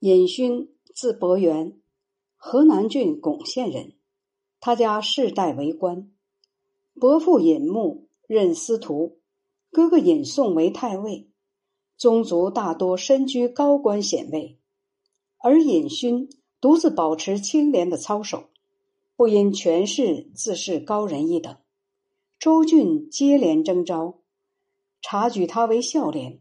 尹勋，字伯元，河南郡巩县人。他家世代为官，伯父尹牧任司徒，哥哥尹宋为太尉，宗族大多身居高官显位，而尹勋独自保持清廉的操守，不因权势自视高人一等。州郡接连征召，察举他为孝廉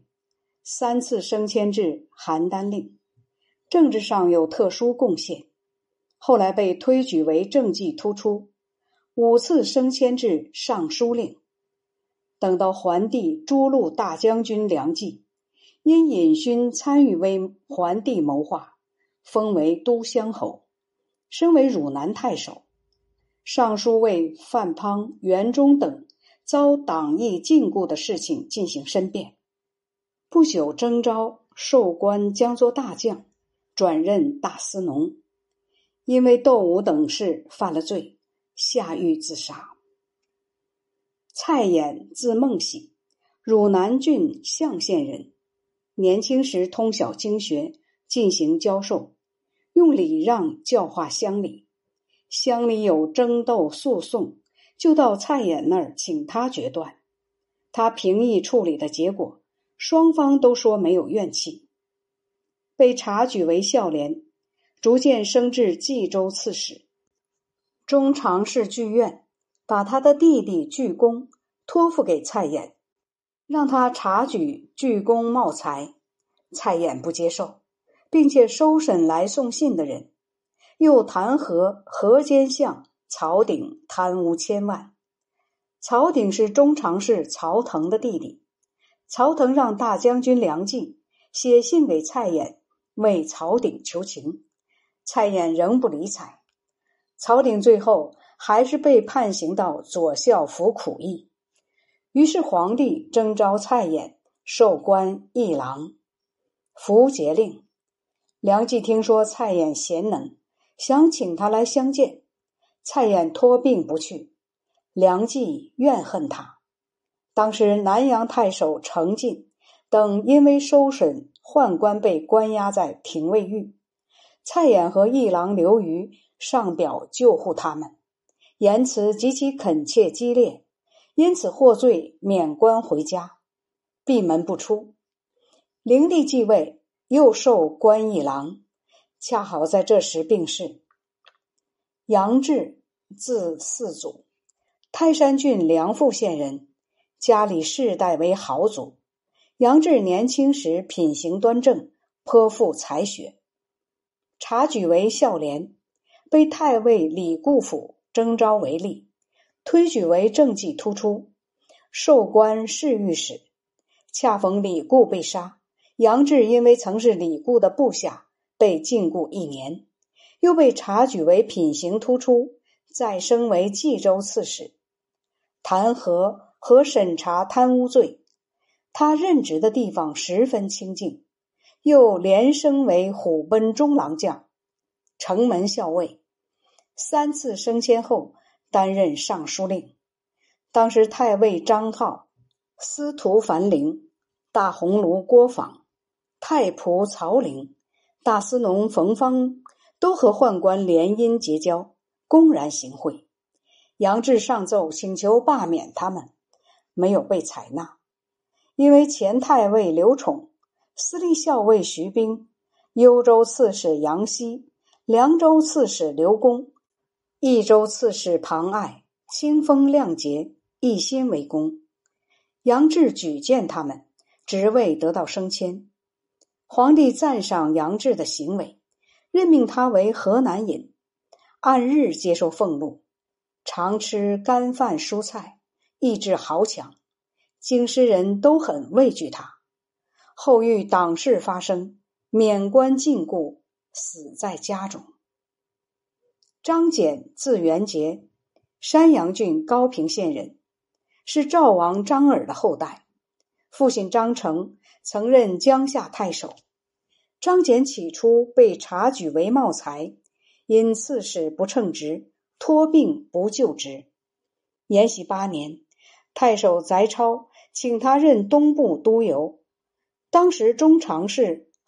，3次升迁至邯郸令，政治上有特殊贡献，后来被推举为政绩突出，5次升迁至尚书令。等到桓帝诛戮大将军梁冀，因尹勋参与为桓帝谋划，封为都乡侯，升为汝南太守。尚书为范滂、袁忠等遭党议禁锢的事情进行申辩。不久征召，授官将作大将，转任大司农。因为窦武等事犯了罪，下狱自杀。蔡琰字孟喜，汝南郡象县人。年轻时通晓经学，进行教授，用礼让教化乡里。乡里有争斗诉讼，就到蔡琰那儿请他决断。他平议处理的结果，双方都说没有怨气。被察举为孝廉，逐渐升至冀州刺史。中常侍剧院把他的弟弟具公托付给蔡琰，让他察举具公茂才。蔡琰不接受，并且收审来送信的人，又弹劾河间相曹鼎贪污1000万。曹鼎是中常侍曹腾的弟弟，曹腾让大将军梁冀写信给蔡琰，为曹鼎求情。蔡琰仍不理睬，曹鼎最后还是被判刑到左校服苦役。于是皇帝征召蔡琰，授官议郎、符节令。梁冀听说蔡琰贤能，想请他来相见，蔡琰托病不去，梁冀怨恨他。当时南阳太守程进等因为收审宦官被关押在廷尉狱，蔡琰和议郎刘虞上表救护他们，言辞极其恳切激烈，因此获罪免官回家，闭门不出。灵帝继位，又授官议郎，恰好在这时病逝。杨志，字四祖，泰山郡梁父县人，家里世代为豪族。杨志年轻时品行端正，颇富才学，察举为孝廉，被太尉李固甫征召为吏，推举为政绩突出，授官侍御史。恰逢李固被杀，杨志因为曾是李固的部下，被禁锢1年，又被察举为品行突出，再升为冀州刺史，弹劾和审查贪污罪。他任职的地方十分清静，又连升为虎贲中郎将、城门校尉。3次升迁后，担任尚书令。当时太尉张浩、司徒樊陵、大鸿胪郭昉、太仆曹陵、大司农冯方都和宦官联姻结交，公然行贿。杨志上奏请求罢免他们，没有被采纳。因为前太尉刘宠、司隶校尉徐冰、幽州刺史杨希、凉州刺史刘公、益州刺史庞爱、清风亮节一心为公，杨志举荐他们，职位得到升迁。皇帝赞赏杨志的行为，任命他为河南尹，按日接受俸禄，常吃干饭蔬菜，意志豪强，京师人都很畏惧他。后遇党事发生，免官禁锢，死在家中。张俭，字元节，山阳郡高平县人，是赵王张耳的后代。父亲张成曾任江夏太守。张俭起初被察举为茂才，因刺史不称职，托病不就职。延禧8年，太守翟超请他任东部都邮，当时中常侍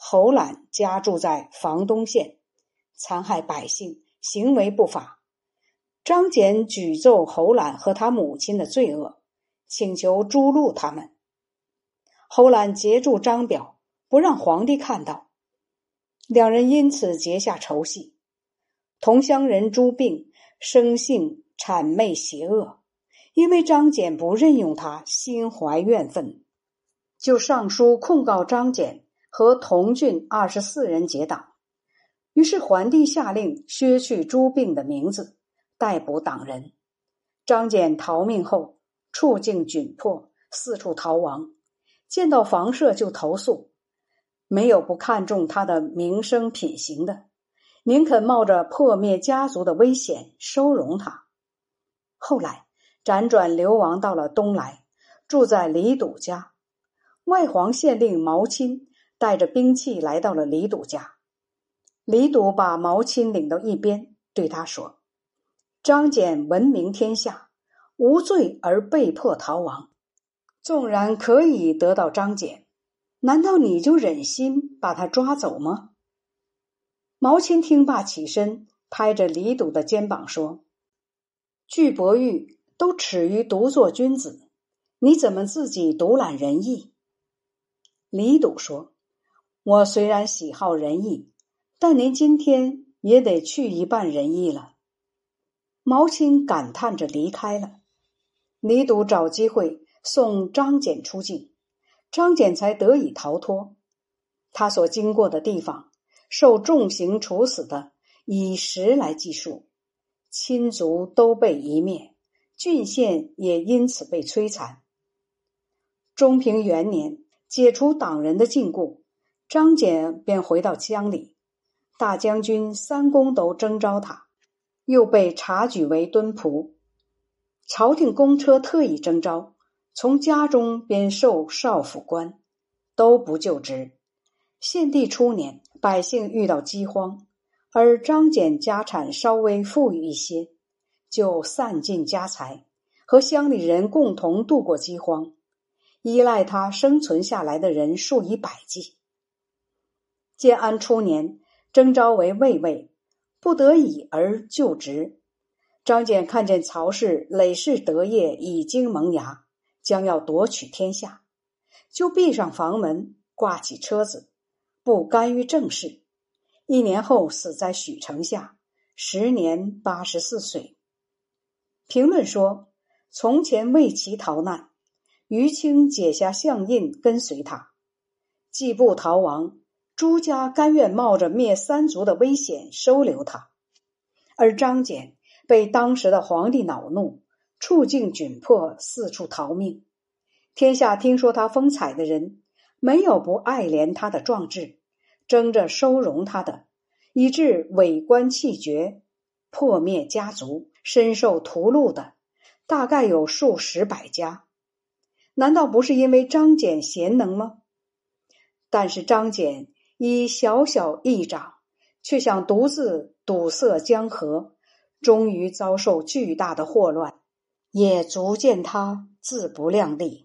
侯览家住在房东县，残害百姓，行为不法。张简举奏侯览和他母亲的罪恶，请求诛戮他们。侯览截住张表，不让皇帝看到，两人因此结下仇隙。同乡人朱病生性谄媚邪恶，因为张简不任用他，心怀怨愤，就上书控告张简和同郡24人结党。于是桓帝下令削去朱病的名字，逮捕党人。张简逃命后，处境窘迫，四处逃亡，见到房舍就投诉，没有不看重他的名声品行的，宁肯冒着破灭家族的危险收容他。后来辗转流亡到了东莱，住在李笃家。外皇县令毛钦带着兵器来到了李笃家，李笃把毛钦领到一边，对他说：张简闻名天下，无罪而被迫逃亡，纵然可以得到张简，难道你就忍心把他抓走吗？毛钦听罢起身，拍着李笃的肩膀说：巨伯玉都耻于独做君子，你怎么自己独揽仁义？李笃说：我虽然喜好仁义，但您今天也得去一半仁义了。毛钦感叹着离开了。李笃找机会送张简出境，张简才得以逃脱。他所经过的地方，受重刑处死的以10来计数，亲族都被夷灭，郡县也因此被摧残。中平元年，解除党人的禁锢，张简便回到乡里，大将军3公都征召他，又被察举为敦仆。朝廷公车特意征召，从家中便授少府官，都不就职。献帝初年，百姓遇到饥荒，而张简家产稍微富裕一些，就散尽家财，和乡里人共同度过饥荒，依赖他生存下来的人数以百计。建安初年，征召为卫尉，不得已而就职。张简看见曹氏累世德业已经萌芽，将要夺取天下，就闭上房门，挂起车子，不干预政事。1年后死在许城下，时年84岁。评论说，从前为其逃难，于清解下相印跟随他，既不逃亡，朱家甘愿冒着灭3族的危险收留他。而张简被当时的皇帝恼怒，处境窘迫，四处逃命。天下听说他风采的人，没有不爱怜他的壮志，争着收容他的，以致伪官弃爵，破灭家族，深受屠戮的，大概有数十百家。难道不是因为张简贤能吗？但是张简以小小义长，却想独自堵塞江河，终于遭受巨大的祸乱，也足见他自不量力。